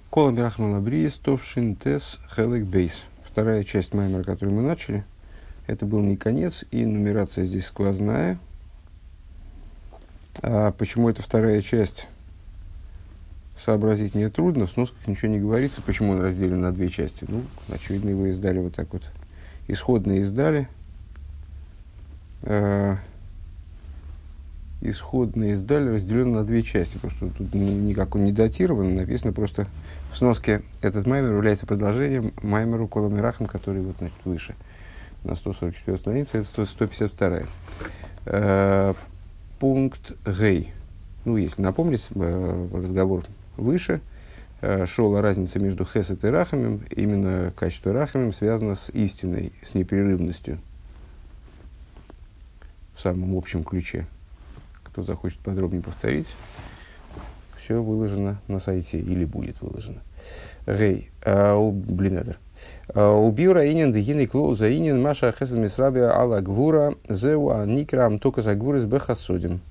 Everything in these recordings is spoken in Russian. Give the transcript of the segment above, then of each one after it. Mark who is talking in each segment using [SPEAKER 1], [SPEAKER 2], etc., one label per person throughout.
[SPEAKER 1] Кола Мирахман Лабриес, Товшин Тес Хелек Бейс. Вторая часть маймера, которую мы начали, это был не конец, и нумерация здесь сквозная. А почему это вторая часть, сообразить нетрудно, в сносках ничего не говорится, почему он разделен на две части. Ну, очевидно, его издали вот так вот. Исходно издали. Исходно издали, разделен на две части, потому что тут никак он не датирован, написано просто в сноске этот маймер является продолжением маймеру Кола Мирахам, который вот, значит, выше, на 144 странице, это 152. Пункт Гей. Ну, если напомнить, разговор выше, шла разница между хесед и рахамим, именно качество рахамим связано с истиной, с непрерывностью, в самом общем ключе. Кто захочет подробнее повторить, все выложено на сайте или будет выложено. Гей, блинедер. Убиура инин дегиный клоуза инин маша хесед мисрабия ала гвура зеуа никрам только за гвуры с бехасодим.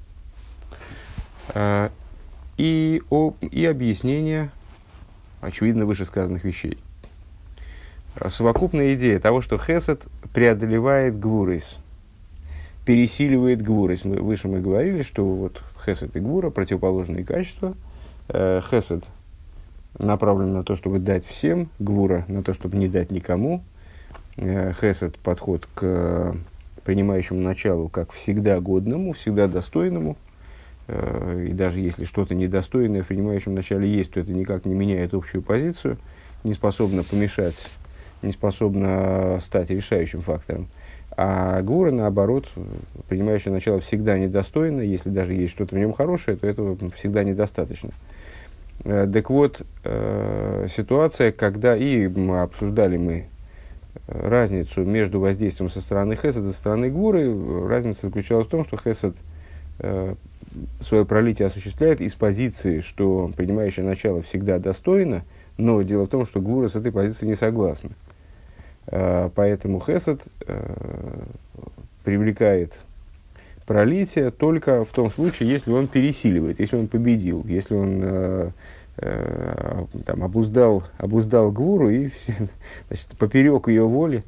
[SPEAKER 1] И объяснение, очевидно, вышесказанных вещей. Совокупная идея того, что хесед преодолевает гвурис, пересиливает гвурис. Выше мы говорили, что вот хесед и гвура противоположные качества. Хесед направлен на то, чтобы дать всем, гвура на то, чтобы не дать никому. Хесед – подход к принимающему началу как всегда годному, всегда достойному. И даже если что-то недостойное в принимающем начале есть, то это никак не меняет общую позицию, не способно помешать, не способно стать решающим фактором. А гвура, наоборот, принимающее начало всегда недостойно. Если даже есть что-то в нем хорошее, то этого всегда недостаточно. Так вот, ситуация, когда обсуждали мы разницу между воздействием со стороны хесед и со стороны гвуры, разница заключалась в том, что хесед свое пролитие осуществляет из позиции, что принимающее начало всегда достойно, но дело в том, что гвура с этой позиции не согласна. Поэтому хесед привлекает пролитие только в том случае, если он пересиливает, если он победил, если он обуздал гвуру и, значит, поперек ее воли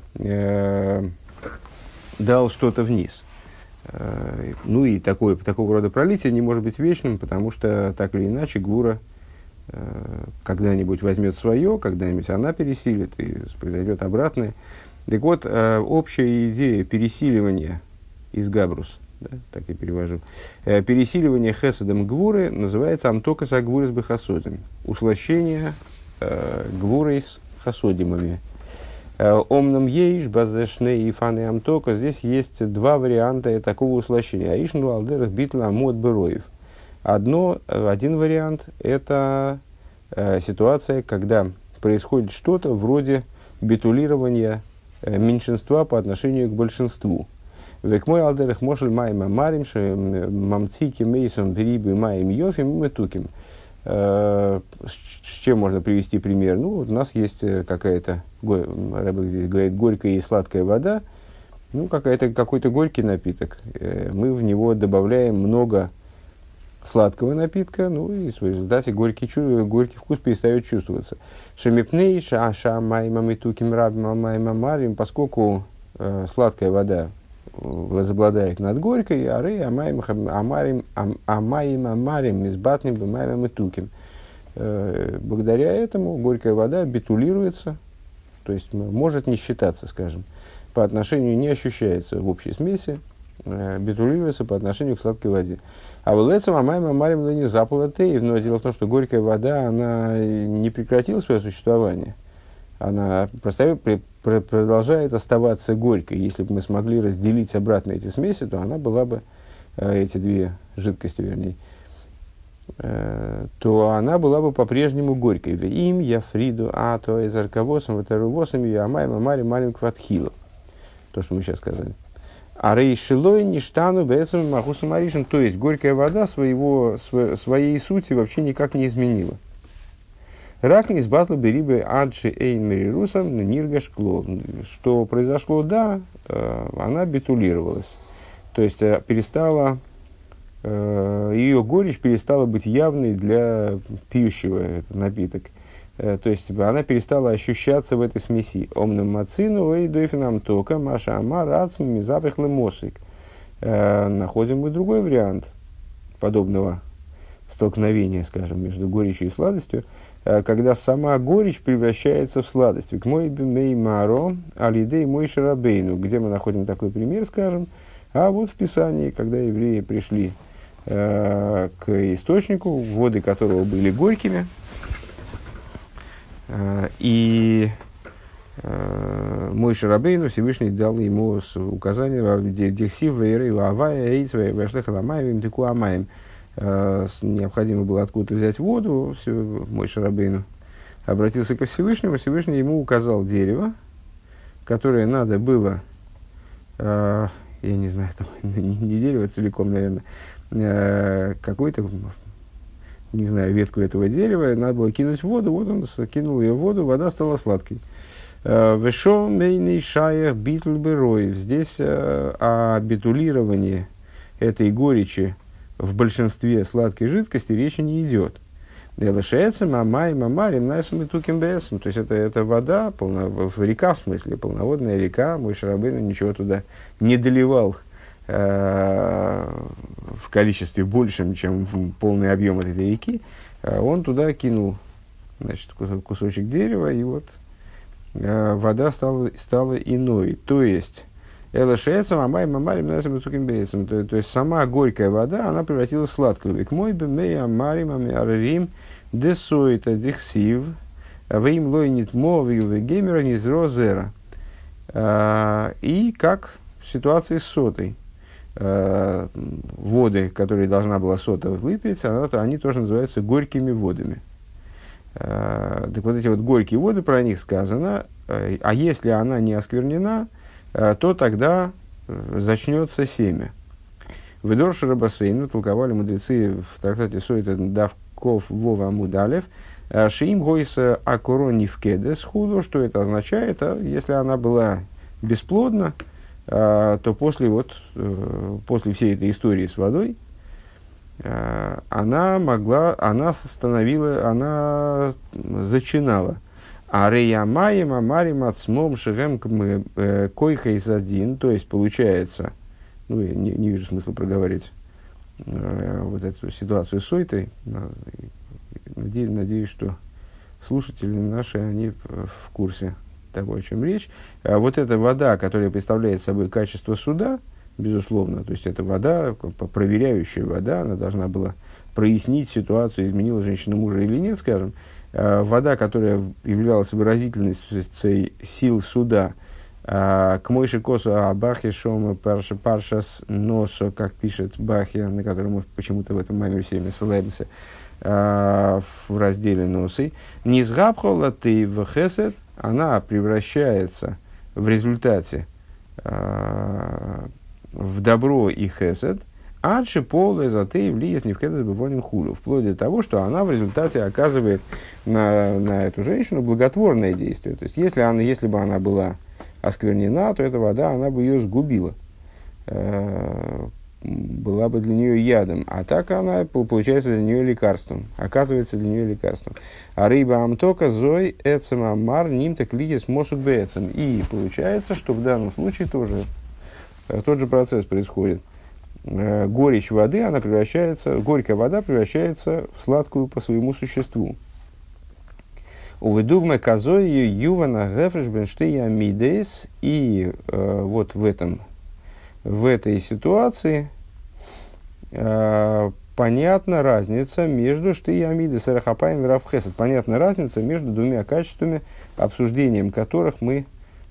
[SPEAKER 1] дал что-то вниз. Ну и такого рода пролитие не может быть вечным, потому что так или иначе гвура когда-нибудь возьмет свое, когда-нибудь она пересилит, и произойдет обратное. Так вот, общая идея пересиливания из габрус, да, так я перевожу, пересиливание хеседом гвуры называется амтока са гвуры с бехасодим, услощение гвурой с хасодимами. Омном ейш, базешне и фаны амтока. Здесь есть два варианта такого услощения. Аишну алдерах битла амот бероев. Один вариант – это ситуация, когда происходит что-то вроде битулирования меньшинства по отношению к большинству. Век мой алдерах мошель маем амарим, мамцики мейсом берибы маем йофим и метуким. С чем можно привести пример? Ну, вот у нас есть какая-то, Рэбек здесь говорит, горькая и сладкая вода, ну, какой-то горький напиток. Мы в него добавляем много сладкого напитка, ну, и в результате горький вкус перестает чувствоваться. Шемипней, ша майма митуким рабим майма марим, поскольку сладкая вода возобладает над горькой, ары амаим амарим мизбатним бимаем митуким. Благодаря этому горькая вода битулируется, то есть может не считаться, скажем, по отношению, не ощущается в общей смеси, битулируется по отношению к сладкой воде. А вот это амаим амарим не запала теев, но дело в том, что горькая вода, она не прекратила свое существование. Она продолжает оставаться горькой. Если бы мы смогли разделить обратно эти смеси, то она была бы, эти две жидкости, вернее, то она была бы по-прежнему горькой. Им я фриду, а то из арковосом, ватерувосом, я амаем амарим малим кватхилу. То, что мы сейчас сказали. А рейшилой ништану бэцем махусу маришин, то есть горькая вода своей сути вообще никак не изменила. Рак не сбатлу берибы аджи эйн мерирусом ниргаш клол. Что произошло, да, она битулировалась. То есть перестала ее горечь перестала быть явной для пьющего этот напиток. То есть она перестала ощущаться в этой смеси. Омным мацину и дойфинам тока маша амар ацмами запах лемосик. Находим мы другой вариант подобного столкновения, скажем, между горечью и сладостью, когда сама горечь превращается в сладость. К мой бимей маро алидей мой шарабейну, где мы находим такой пример, скажем, а вот в Писании, когда евреи пришли к источнику, воды которого были горькими, и Мойше Рабейну Всевышний дал ему указание «Дексив вейрей авая эйц вэшлэх ламаевим теку амаем». Необходимо было откуда-то взять воду. Мойше Рабейну обратился ко Всевышнему. Всевышний ему указал дерево, которое надо было, я не знаю, не дерево целиком, наверное, какой-то, не знаю, ветку этого дерева, надо было кинуть в воду. Вот он кинул ее в воду, вода стала сладкой. Вешо мейный шаях битл бероев. Здесь о битулировании этой горечи в большинстве сладкой жидкости речи не идет. Делашецем, амай, мамарим, найсум и туким бесом. То есть это вода, река в смысле, полноводная река. Мойше Рабейну ничего туда не доливал в количестве большем, чем полный объем этой реки. Он туда кинул, значит, кусочек дерева, и вот вода стала иной. То есть, элэшэцам, амай, мамарим, найсум и туким бесом. То есть, сама горькая вода, она превратилась в сладкую. Век мой бэмэй, амарим, амарим, десойта, дексив, вэйм лойнит мовью, вэгеймера, низро зера. И как в ситуации с сотой. Воды, которые должна была сота выпить, они тоже называются горькими водами. Так вот эти вот горькие воды, про них сказано, а если она не осквернена, то тогда зачнется семя. В Дорше Рабасейну толковали мудрецы в трактате Сойта Давков Вова Амудалев, Шиим Гойса Акурони в Кедес худу, что это означает, если она была бесплодна, то после всей этой истории с водой она зачинала. А реямаем амарим ацмом шевем койхайзадин, то есть получается, ну, я не вижу смысла проговорить вот эту ситуацию с Сойтой. Надеюсь, что слушатели наши, они в курсе того, о чем речь. Вот эта вода, которая представляет собой качество суда, безусловно, то есть это вода, проверяющая вода, она должна была прояснить ситуацию, изменила женщина мужа или нет, скажем. Вода, которая являлась выразительностью сил суда, к Мойше Косу Абахе Шома Паршас Носо, как пишет Бахи, на котором мы почему-то в этом маме все время ссылаемся, в разделе Носы, Низгабхола ты в Хесед, она превращается в результате в добро и Хесед, адши поле затей влияет не в Хесед бывоним хулю, вплоть до того, что она в результате оказывает на эту женщину благотворное действие. То есть, если бы она была осквернена, то эта вода, она бы ее сгубила, была бы для нее ядом, а так она получается для нее лекарством, оказывается для нее лекарством. А рыба амтока зой эцем амар нимтак литис мосук бэцем. И получается, что в данном случае тоже тот же процесс происходит. Горечь воды, горькая вода превращается в сладкую по своему существу. Уведугма козой ювана гефреш бенштея мидейс. И вот в этой ситуации понятна разница между штеямидес эрахапаем и равхесед. Понятна разница между двумя качествами, обсуждением которых мы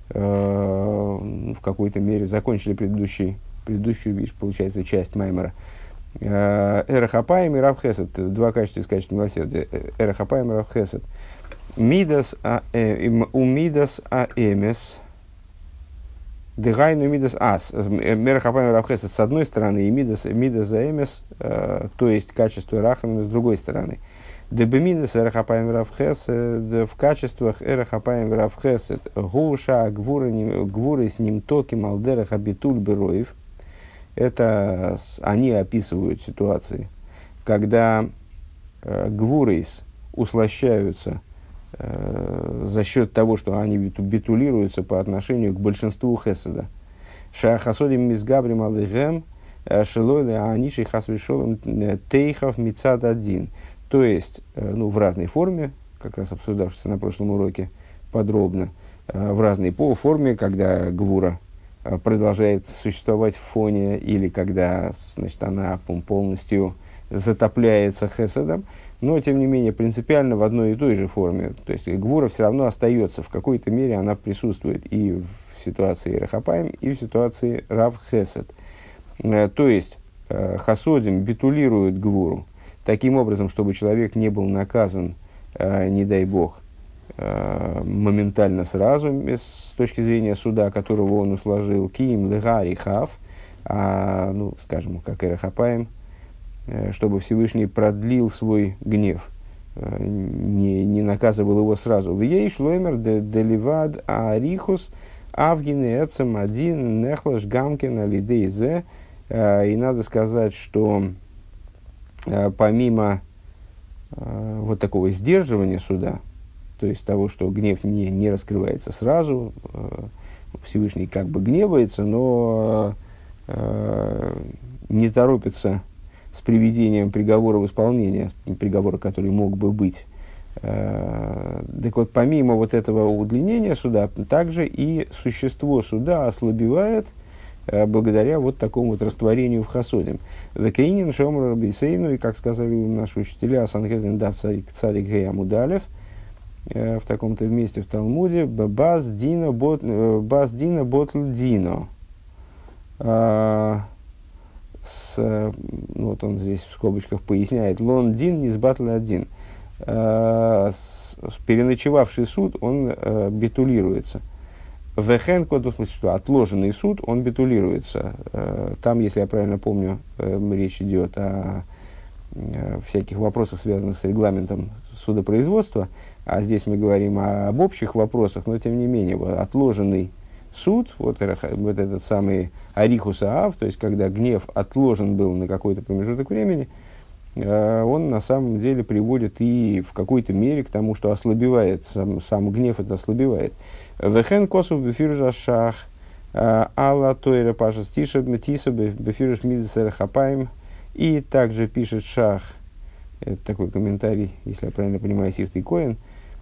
[SPEAKER 1] в какой-то мере закончили предыдущую, получается, часть Маймера. Эрахапаем и равхесед. Два качества из качества милосердия. Эрахапаем и равхесед. Мидас аэмес. Дыгайну мидас ас. Мерахапаем равхесед с одной стороны, и мидас аэмес, то есть качество рахамина с другой стороны. Дебемидас эрахапаем равхесед в качествах эрахапаем равхесед гуша гвуры с ним токи малдерах абитуль бероев. Это они описывают ситуации, когда гвурейс услощаются за счет того, что они битулируются по отношению к большинству хеседа. Шахасодим мизгабрим алыгэм шелойле аниши хасвишолом тейхав мицад один. То есть, в разной форме, как раз обсуждавшись на прошлом уроке подробно, в разной форме, когда гвура продолжает существовать в фоне, или когда, значит, она полностью затопляется хеседом, но, тем не менее, принципиально в одной и той же форме. То есть, гвура все равно остается, в какой-то мере она присутствует и в ситуации Рахапаим, и в ситуации Рав Хесед. То есть, хасодим битулируют гвуру таким образом, чтобы человек не был наказан, не дай бог, моментально сразу, с точки зрения суда, которого он усложил, киим легари хав, скажем, как и Рахапаим, чтобы Всевышний продлил свой гнев, не наказывал его сразу. В ей шлоймер деливад арихус авгине эцем один нехлаш гамкин алидейзе. И надо сказать, что помимо вот такого сдерживания суда, то есть того, что гнев не раскрывается сразу, Всевышний как бы гневается, но не торопится с приведением приговора в исполнение, приговора, который мог бы быть. Так вот, помимо вот этого удлинения суда, также и существо суда ослабевает благодаря вот такому вот растворению в хасодим. Векейнин шомр рабисейну, и как сказали наши учителя, Санхедрин дав цадик гей амудалев, в таком-то месте в Талмуде, баз дина ботль дино. Вот он здесь в скобочках поясняет, лон дин не сбатл один. Переночевавший суд, он битулируется. Вехен код, в смысле, что отложенный суд, он битулируется. Там, если я правильно помню, речь идет о всяких вопросах, связанных с регламентом судопроизводства, а здесь мы говорим об общих вопросах, но тем не менее, отложенный суд, вот этот самый арихус аав, то есть когда гнев отложен был на какой-то промежуток времени, он на самом деле приводит и в какой-то мере к тому, что ослабевает, сам гнев это ослабевает. Вехен косов бефиржа шах алла тойра паша стиша метиса бефирж мидесера хапаем. И также пишет Шах, это такой комментарий, если я правильно понимаю, Сифтый Коэн,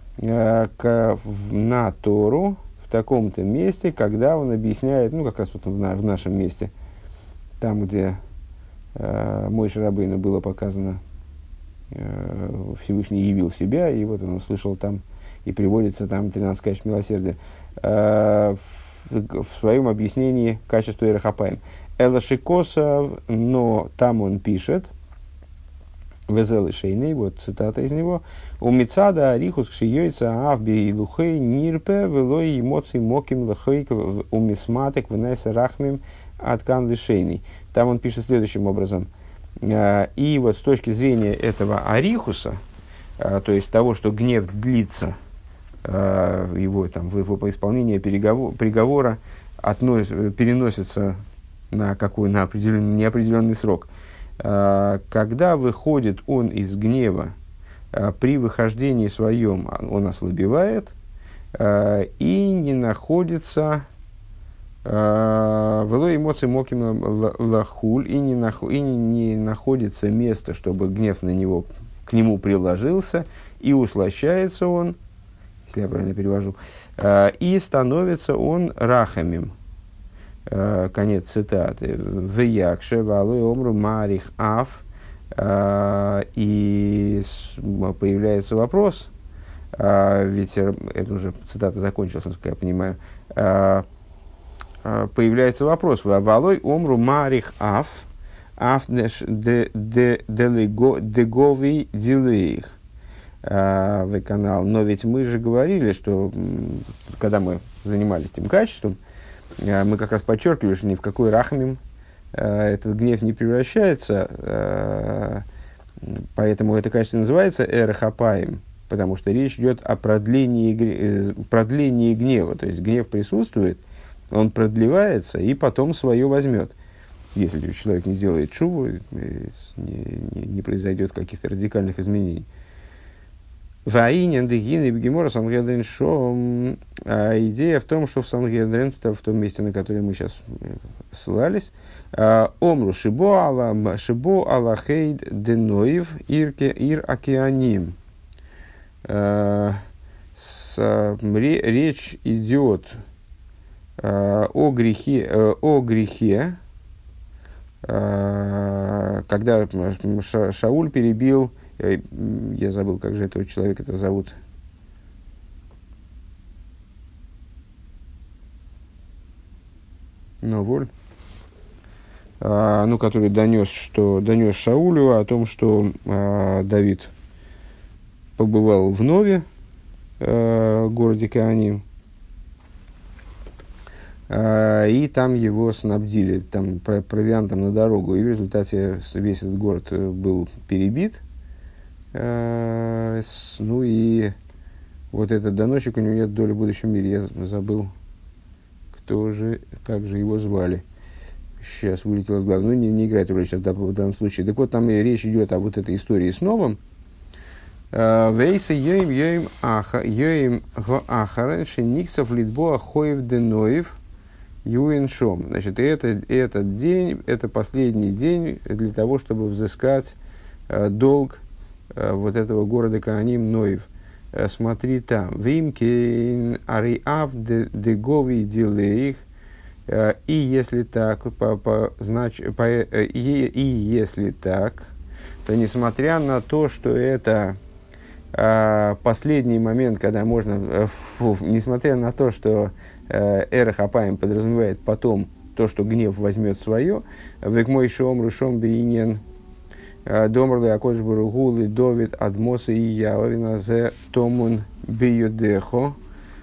[SPEAKER 1] на Тору в таком-то месте, когда он объясняет, как раз вот в нашем месте, там, где Мойше Рабейну было показано, Всевышний явил себя, и вот он услышал там, и приводится там 13 качеств милосердия, в своем объяснении качества Эрахапаим. Элашикосов, но там он пишет, Везел и Шейный, вот цитата из него, у Мицада Арихус кшиёйца авби и лухей нирпе велой эмоций моким лухей у мисматек венеса рахмим аткан лишейный. Там он пишет следующим образом. И вот с точки зрения этого Арихуса, то есть того, что гнев длится, его там, в исполнение приговора переносится на определенный, неопределенный срок. Когда выходит он из гнева, при выхождении своем он ослабевает и не находится вело эмоций моким лахуль, и не находится места, чтобы гнев к нему приложился, и услощается он, если я правильно перевожу, и становится он рахамим. Конец цитаты. Веякше валой омру марих аф. И появляется вопрос, ведь это уже цитата закончилась, насколько я понимаю, появляется вопрос, валой омру марих аф дегови дилеих. Канал. Но ведь мы же говорили, что когда мы занимались этим качеством, мы как раз подчеркивали, что ни в какой рахмим этот гнев не превращается, поэтому это качество называется эрхапаем, потому что речь идет о продлении гнева, то есть гнев присутствует, он продлевается и потом свое возьмет. если человек не сделает шуву, не произойдет каких-то радикальных изменений. Ваинен дегин и бегемора Сангедрин шом. Идея в том, что в Сангедрин, в том месте, на которое мы сейчас ссылались, омру шибо аллахейд деноев ир океаним. Речь идет о грехе, когда Шауль перебил, я забыл, как же этого человека это зовут. Новоль. Который донес Шаулю о том, что Давид побывал в Нове, городе Кааним, и там его снабдили там, провиантом на дорогу, и в результате весь этот город был перебит. И вот этот доносчик, у него нет доли в будущем мире. Я забыл, как же его звали. Сейчас вылетело с головы. Не играет роли сейчас в данном случае. Так вот, там речь идет о вот этой истории с Новым. Вейса йоим ахарен шениксов литбоа хоев деноев юин шом. Значит, этот день, это последний день для того, чтобы взыскать долг вот этого города Кааним Ноев. Смотри там. Вимкин ариав дегови дилеих. И если так, если так, то несмотря на то, что это последний момент, когда можно, несмотря на то, что Эрech Апаим подразумевает потом то, что гнев возьмет свое, век мой шом рушом бейнен домрлы акодж баругулы довид адмоса и явина зе томун биюдехо.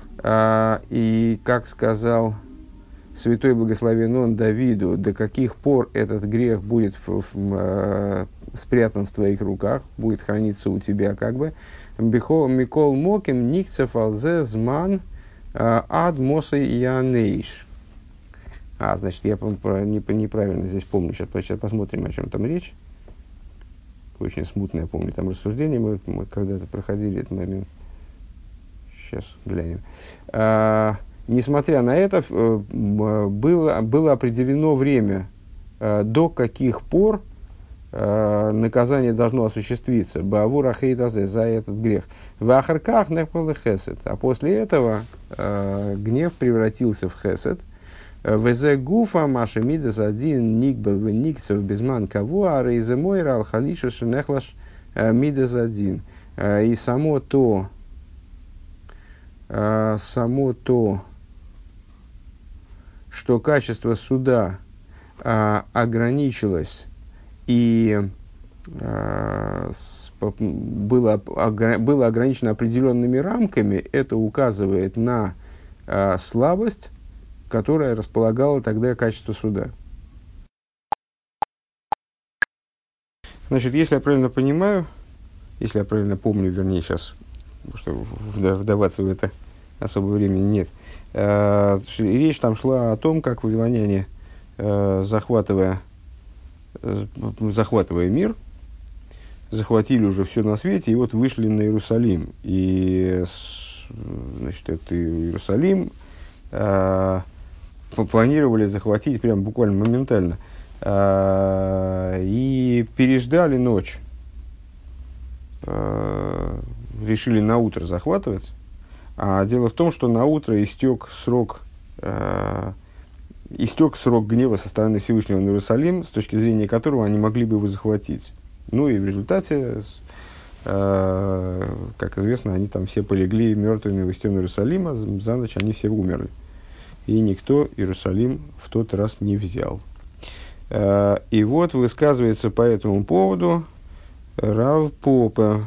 [SPEAKER 1] И как сказал святой благословен он Давиду, до каких пор этот грех будет спрятан в твоих руках, будет храниться у тебя, как бы. Микол моким никцев алзе зман ад моса янейш. Значит, я неправильно здесь помню. Сейчас посмотрим, о чем там речь. Очень смутно я помню там рассуждение. Мы когда-то проходили этот момент. Сейчас глянем. Несмотря на это, было определено время, до каких пор наказание должно осуществиться. Баавур ахейдазе, за этот грех. В ахарках нехпал хесед. А после этого гнев превратился в хесед. Везе гуфа маша мидас один никбел веникцев безман каву, а рейзе мойра алхалиша шенехлаш мидас один. И само то, что качество суда ограничилось и было ограничено определенными рамками, это указывает на слабость, которая располагала тогда качество суда. Значит, если я правильно понимаю, если я правильно помню, вернее, сейчас, потому что вдаваться в это особо времени нет, речь там шла о том, как вавилоняне, захватывая мир, захватили уже все на свете, и вот вышли на Иерусалим. И, значит, это Иерусалим планировали захватить прям буквально моментально. И переждали ночь. Решили на утро захватывать. А дело в том, что на утро истек срок гнева со стороны Всевышнего на Иерусалим, с точки зрения которого они могли бы его захватить. Ну и в результате, как известно, они там все полегли мертвыми у стен Иерусалима, за ночь они все умерли. И никто Иерусалим в тот раз не взял. И вот высказывается по этому поводу Рав Попа.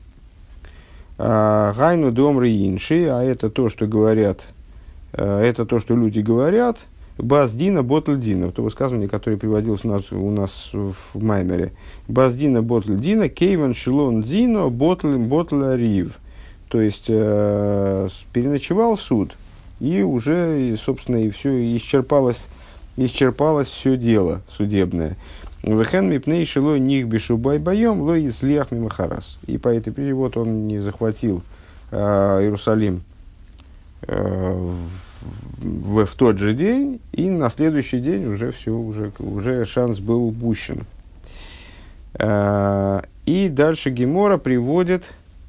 [SPEAKER 1] Гайну домры инши, а это то, что говорят, это то, что люди говорят, Баздина Ботльдина, то высказывание, которое приводилось у нас в Маймере. Баздина Ботльдина, Кейван Шилон Дина, Ботля Рив. То есть, переночевал суд, и уже, собственно, и все исчерпалось исчерпалось все дело судебное. Вехен мипней шилой них бешубай боем лой слиях мимахарас. И по этой причине вот он не захватил Иерусалим в тот же день, и на следующий день уже все, уже шанс был упущен. И дальше Гемора приводит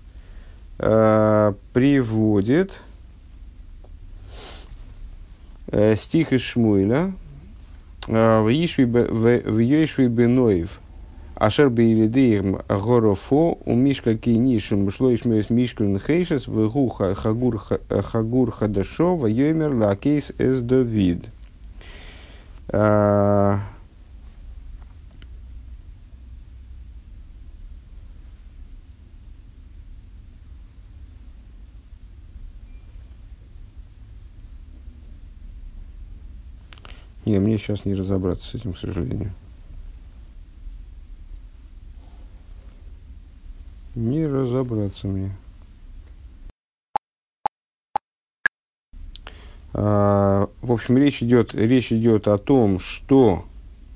[SPEAKER 1] стих из Шмуэля в Йешви Беноев Ашер Бейлидеем Горофо у Мишка Кейнишем Шлоиш Меус Мишкин Хейшес Вегу Хагур Хадашо Вайомер Лакейс Эс Давид. Не, мне сейчас не разобраться с этим, к сожалению. Не разобраться мне. В общем, речь идет о том, что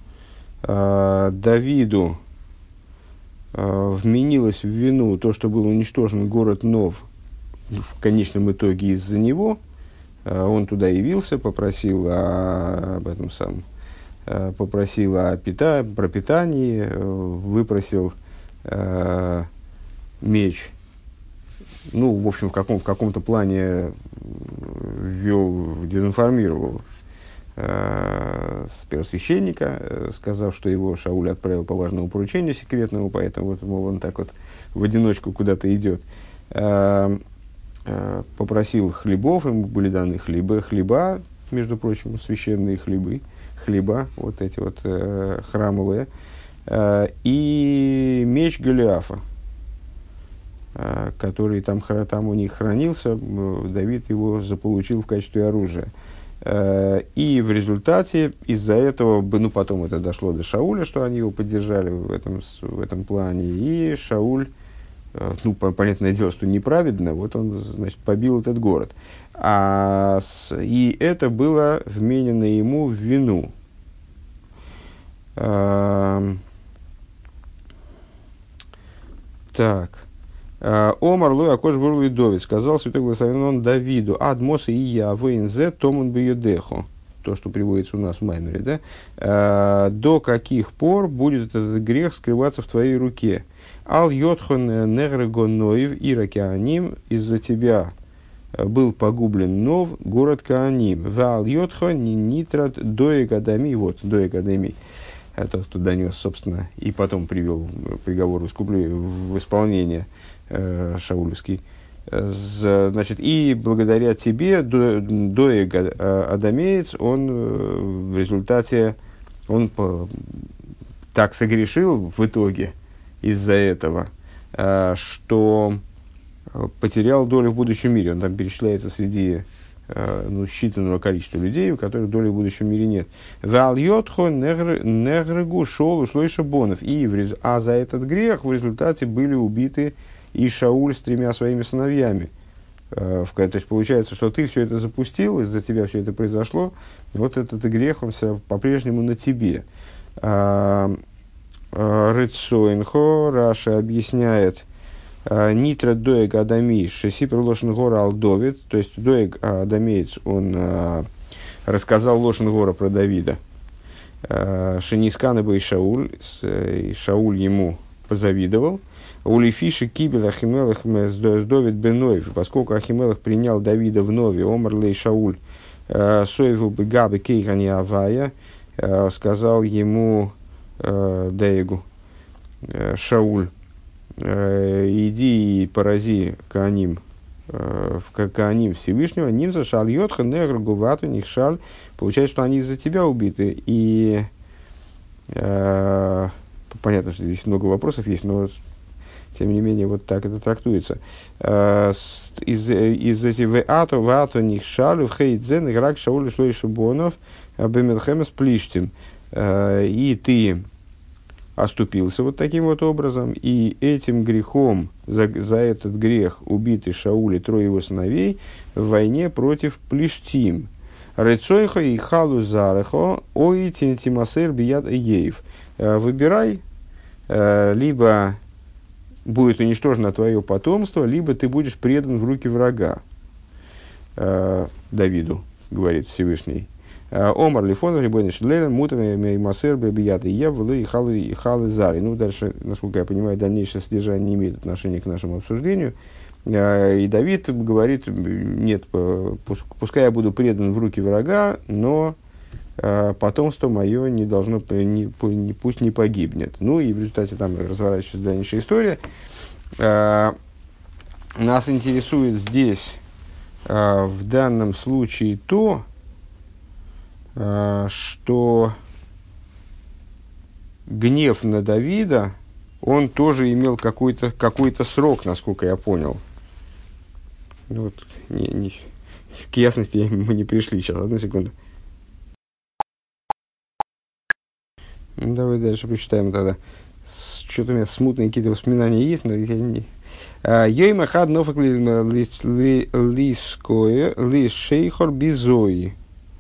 [SPEAKER 1] Давиду вменилось в вину то, что был уничтожен город Нов в конечном итоге из-за него. Он туда явился, попросил попросил про питание, выпросил меч. Ну, в общем, в каком-то плане дезинформировал первосвященника, сказав, что его Шауль отправил по важному поручению секретному, поэтому вот, мол, он так вот в одиночку куда-то идет. Попросил хлебов, ему были даны хлеба, между прочим, священные хлеба, вот эти вот храмовые, и меч Голиафа, который там у них хранился. Давид его заполучил в качестве оружия. И в результате из-за этого, потом это дошло до Шауля, что они его поддержали в этом плане, и Шауль, понятное дело, что неправедно, вот он, значит, побил этот город. И это было вменено ему в вину. Так. Омар лой акош бурлый Довид, сказал святой благословен он Давиду, адмоса и я воинзе томун бьюдехо, то, что приводится у нас в Маймере, да? До каких пор будет этот грех скрываться в твоей руке? Ал йотхон негрегоноев ира Кааним, из-за тебя был погублен Нов, город Кааним. Вал йотхон нитрат доегадами, вот, доегадами. Тот, кто донес, собственно, и потом привел приговор в исполнение шаулевский. Значит, и благодаря тебе Доег Адамеец, он в результате, он так согрешил в итоге из-за этого, что потерял долю в будущем мире. Он там перечисляется среди считанного количества людей, у которых доли в будущем мире нет. А за этот грех в результате были убиты и Шауль с 3 своими сыновьями. То есть получается, что ты все это запустил, из-за тебя все это произошло, вот этот грех, он по-прежнему на тебе. Рыцоинхо, Раша объясняет, Нитра Доег Адамиш, Шесипер Лошен Гора Алдовид, то есть Доег Адамеец, он рассказал Лошен Гора про Давида. Шенискана бы и Шауль ему позавидовал. Улифиши Кибель Ахимелах Довид Беноев, поскольку Ахимелах принял Давида в Нове, Омар Лей Шауль, Соеву Бегабе Кейхани Авая, сказал ему Доегу, Шауль, иди и порази Кааним, Кааним Всевышнего, Нимза Шаль Йотха Негр Гувату Нихшаль. Получается, что они из-за тебя убиты. И понятно, что здесь много вопросов есть, но тем не менее вот так это трактуется. Из этих ваато Нихшаль в Хейдзен играк Шауль Шлой Шибонов Бемелхемес Плиштим. И ты оступился вот таким вот образом, и этим грехом, за этот грех убиты Шауль и 3 его сыновей в войне против Плиштим. Рецойха и халу зарехо, ой тимасер бият еев. Выбирай, либо будет уничтожено твое потомство, либо ты будешь предан в руки врага. Давиду, говорит Всевышний. Омар лифон рибойный шлелен мутами масер бият еев и халы зари. Ну, дальше, насколько я понимаю, дальнейшее содержание не имеет отношения к нашему обсуждению. И Давид говорит, нет, пускай я буду предан в руки врага, но потомство мое не должно, пусть не погибнет. Ну и в результате там разворачивается дальнейшая история. Нас интересует здесь в данном случае то, что гнев на Давида, он тоже имел какой-то срок, насколько я понял. Ну, вот, к ясности мы не пришли. Сейчас, одну секунду. Ну, давай дальше почитаем тогда. Что-то у меня смутные какие-то воспоминания есть, но я не... Йойма хад нофак лиское лишейхор бизои.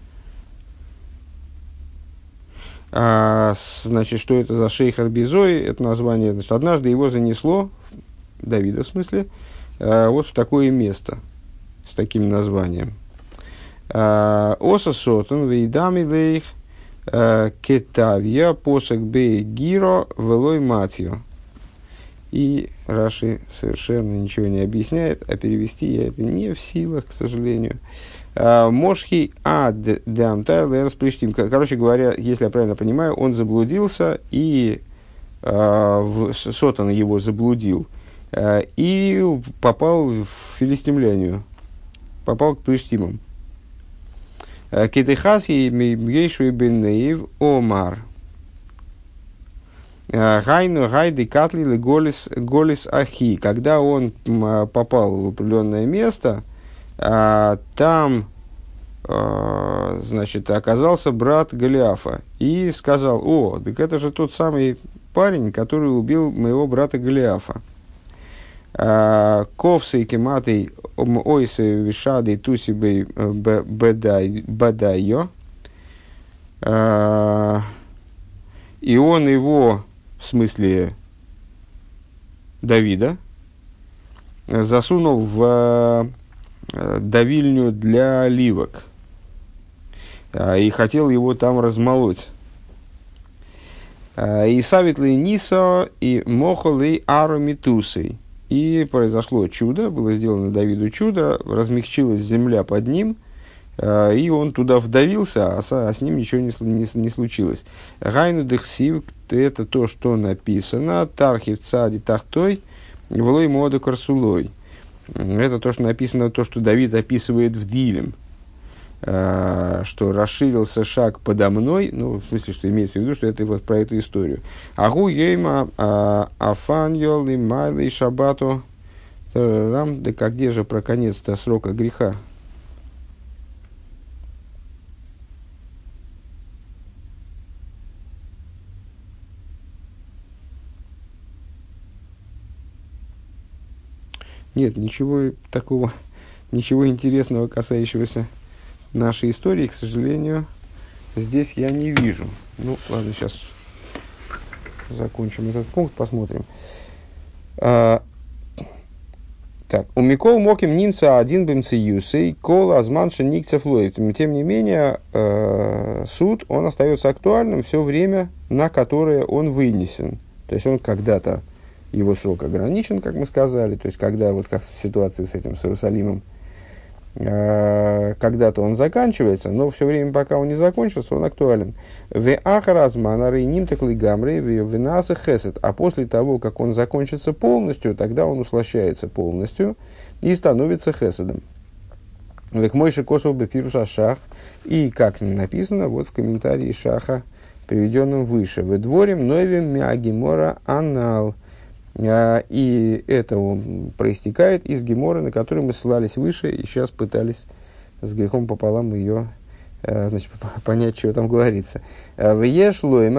[SPEAKER 1] Значит, что это за шейхор бизои? Это название. Значит, однажды его занесло, Давида в смысле, вот в такое место с таким названием. Оса сотон вейдами лейх кетавия посок бей гиро велой матью. И Раши совершенно ничего не объясняет, а перевести я это не в силах, к сожалению. Мошхи ад дамтайлер сплештим. Короче говоря, если я правильно понимаю, он заблудился, и Сотан его заблудил, и попал в филистимлянию, попал к плештимам. Кетехаси мейшви бен Неив Омар. Гайну гайды катли голис ахи. Когда он попал в определенное место, там, значит, оказался брат Голиафа и сказал: о, так это же тот самый парень, который убил моего брата Голиафа. Ковсы кематый ойсы вишады тусибей бадайо. И он его, в смысле Давида, засунул в давильню для оливок и хотел его там размолоть. И савитлы нисо и мохолы аромитусой. И произошло чудо, было сделано Давиду чудо, размягчилась земля под ним, и он туда вдавился, а с ним ничего не случилось. Гайну дехсив – это то, что написано. Тархив цади тахтой, влой моду корсулой. Это то, что написано, то, что Давид описывает в Дилем, что расширился шаг подо мной, ну, в смысле, что имеется в виду, что это вот про эту историю. Агу ейма афаньол и майли шабату рам, да как где же про конец-то срока греха? Нет, ничего такого, ничего интересного, касающегося нашей истории, к сожалению, здесь я не вижу. Ну, ладно, сейчас закончим этот пункт, посмотрим. Так, у Микол Моким Нимца один бемциюсей, кол азманша никцев лоев. Тем не менее, суд, он остается актуальным все время, на которое он вынесен. То есть он когда-то, его срок ограничен, как мы сказали, то есть когда, вот как в ситуации с этим, с Иерусалимом, когда-то он заканчивается, но все время, пока он не закончился, он актуален. А после того, как он закончится полностью, тогда он услощается полностью и становится хеседом. И как написано вот в комментарии Шаха, приведенном выше. В дворем новим мягимора анал. И это проистекает из Геморы, на которую мы ссылались выше, и сейчас пытались с грехом пополам ее, значит, понять, что там говорится. И надо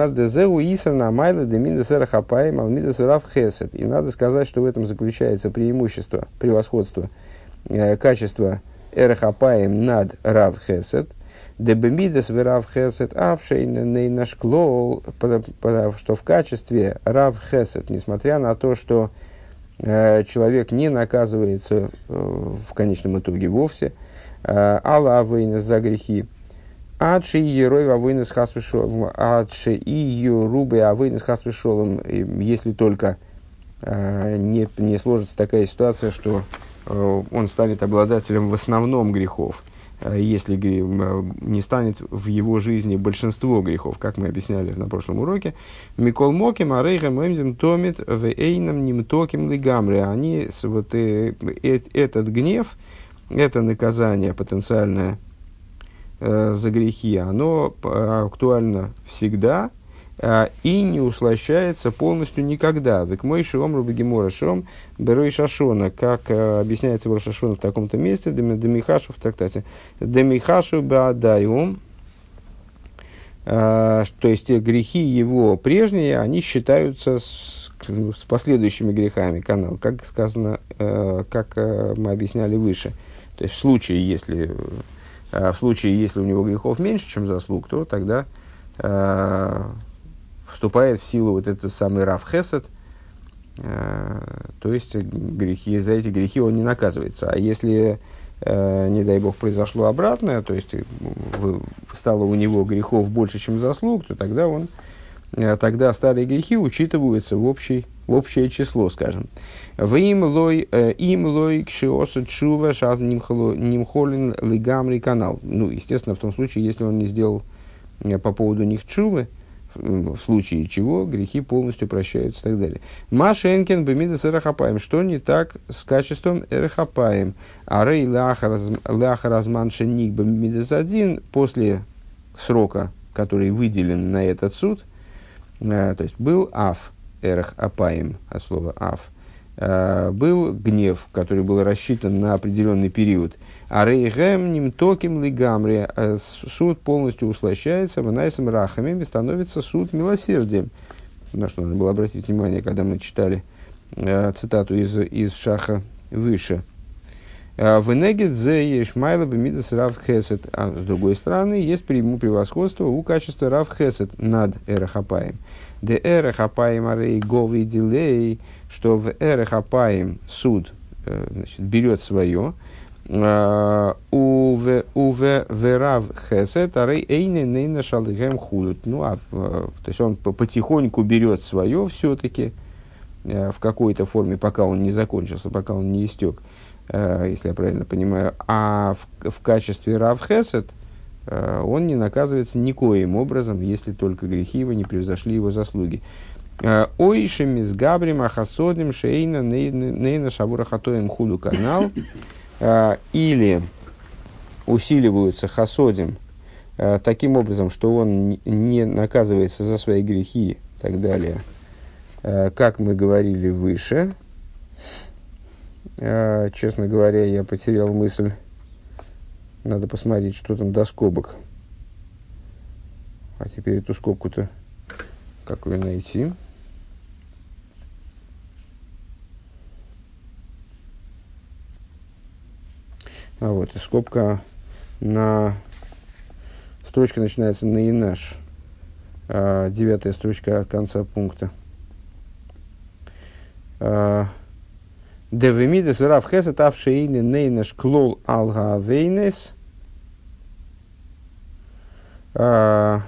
[SPEAKER 1] сказать, что в этом заключается преимущество, превосходство, качество эрахапаем над рав хесед. Дебемидес верав хесед авшейн наш клол, что в качестве рав хесед, несмотря на то, что человек не наказывается в конечном итоге вовсе, алла авейнес за грехи, адши ерой авейнес хасвешолом, адши и юрубы авейнес хасвешолом, если только не сложится такая ситуация, что он станет обладателем в основном грехов, если не станет в его жизни большинство грехов, как мы объясняли на прошлом уроке. Микол моким, арейхам эмзим томит в эйном нимтоким лигамри. Они, вот, этот гнев, это наказание потенциальное за грехи, оно актуально всегда и не услощается полностью никогда. Век мой шом рубегемора шом берой шашона, как объясняется в Рошашона в таком-то месте, демихашу в трактате, демихашу баадайум, то есть грехи его прежние, они считаются с последующими грехами, канал, как сказано, как мы объясняли выше. То есть в случае, если у него грехов меньше, чем заслуг, то тогда вступает в силу вот этот самый рав хесед, то есть за эти грехи он не наказывается. А если, не дай бог, произошло обратное, то есть стало у него грехов больше, чем заслуг, то тогда старые грехи учитываются в общее число, скажем. Им лой кшиоса чува шаз нимхолин лигамри канал. Ну, естественно, в том случае, если он не сделал по поводу них чувы, в случае чего грехи полностью прощаются и так далее. Маша Энкен бемидас эрахапаем. Что не так с качеством эрахапаем? А рей лахаразман шеник бемидас один, после срока, который выделен на этот суд, то есть был аф эрахапаем, от слова аф, был гнев, который был рассчитан на определенный период. А рейгэм нимтоким лигамри, суд полностью услощается, ванайсом рахамим, и становится суд милосердием. На что надо было обратить внимание, когда мы читали цитату из Шаха выше. Венегет зе ешмайла бемидас рав хесед. А с другой стороны, есть превосходство у качества рав хесед над эрахапаем. Де эрахапаем арей говый дилей, что в эрахапаем суд берет свое. Уве верав хесед арей эйне нейна шалыгэм худут. Ну, то есть он потихоньку берет свое все-таки в какой-то форме, пока он не закончился, пока он не истек, если я правильно понимаю. А в качестве рав хесед он не наказывается никоим образом, если только грехи его не превзошли его заслуги. Ойшем из габрим ахасодим шейна нейна шавура хатоем худу канал. Или усиливаются хасодим таким образом, что он не наказывается за свои грехи и так далее, как мы говорили выше. Честно говоря, я потерял мысль. Надо посмотреть, что там до скобок. А теперь эту скобку-то как ее найти? А вот, и скобка строчка начинается на инаш. 9-я строчка от конца пункта. Девемидес рав хесед авшейны нейнаш клол алга вейнес. В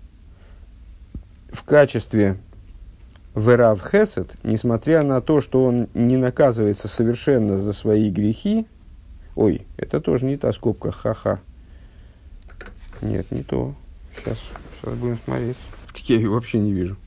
[SPEAKER 1] качестве верав хесед, несмотря на то, что он не наказывается совершенно за свои грехи. Ой, это тоже не та скобка, ха-ха. Нет, не то. Сейчас будем смотреть. Я ее вообще не вижу.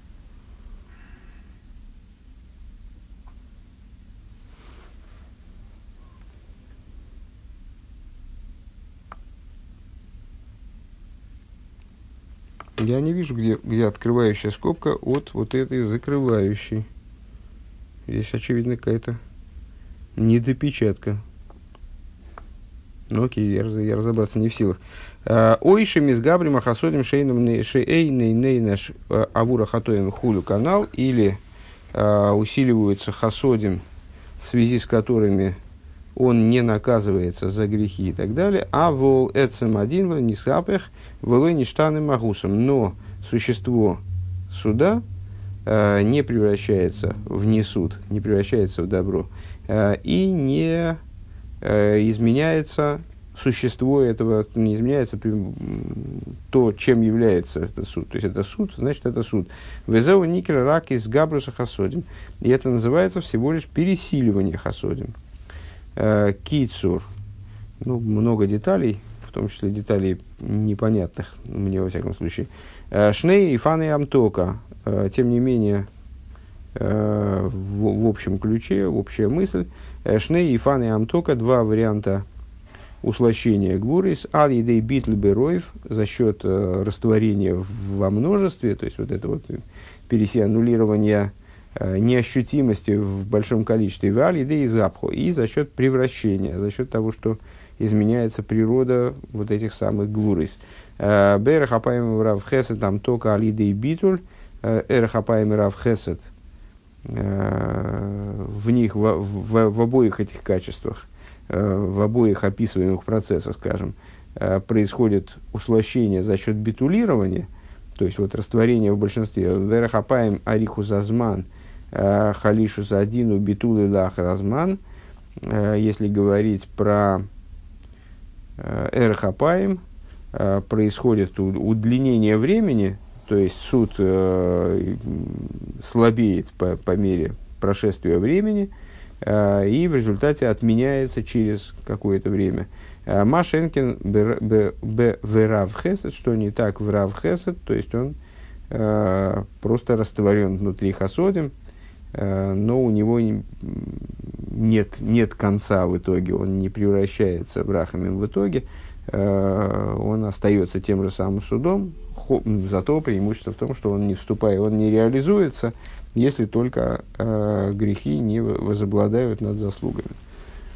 [SPEAKER 1] Я не вижу, где открывающая скобка от вот этой закрывающей. Здесь, очевидно, какая-то недопечатка. Ну окей, я разобраться не в силах. Ойшем из габрим ахасодим шейном шейный нейнаш авура хатоем худу канал, или усиливаются хасодим, в связи с которыми он не наказывается за грехи и так далее, а вол эцем один не схапех волой ништаны магусом, но существо суда не превращается в несуд, не превращается в добро, и не изменяется существо этого, не изменяется то, чем является этот суд. То есть это суд, значит это суд. Везеу никер рак из габруса хасодим. И это называется всего лишь пересиливание хасодим. Кицур. Ну, много деталей, в том числе деталей непонятных мне во всяком случае. Шней и фаны амтока. Тем не менее, в общем ключе, общая мысль. Шней и фаны амтока, два варианта услощения гвурис, аль-едей битл бероев, за счет растворения во множестве, то есть вот это вот аннулирование неощутимости в большом количестве, аль-едей запху, и за счет превращения, за счет того, что изменяется природа вот этих самых гвурис. Берахапаем рав хесед, там только аль-едей битуль, эрахапаем рав хесед, в них, в обоих этих качествах, в обоих описываемых процессах, скажем, происходит услощение за счет битулирования, то есть вот растворение в большинстве. Верахапаем ариху зазман, халишу задину битулы лах разман. Если говорить про эрахапаем, происходит удлинение времени, то есть суд слабеет по мере прошествия времени, и в результате отменяется через какое-то время. Машенкин в рав хесед, что не так в рав хесед, то есть он просто растворен внутри хасодим, но у него нет конца в итоге, он не превращается в рахамим в итоге, он остается тем же самым судом, зато преимущество в том, что он не вступает, он не реализуется, если только грехи не возобладают над заслугами.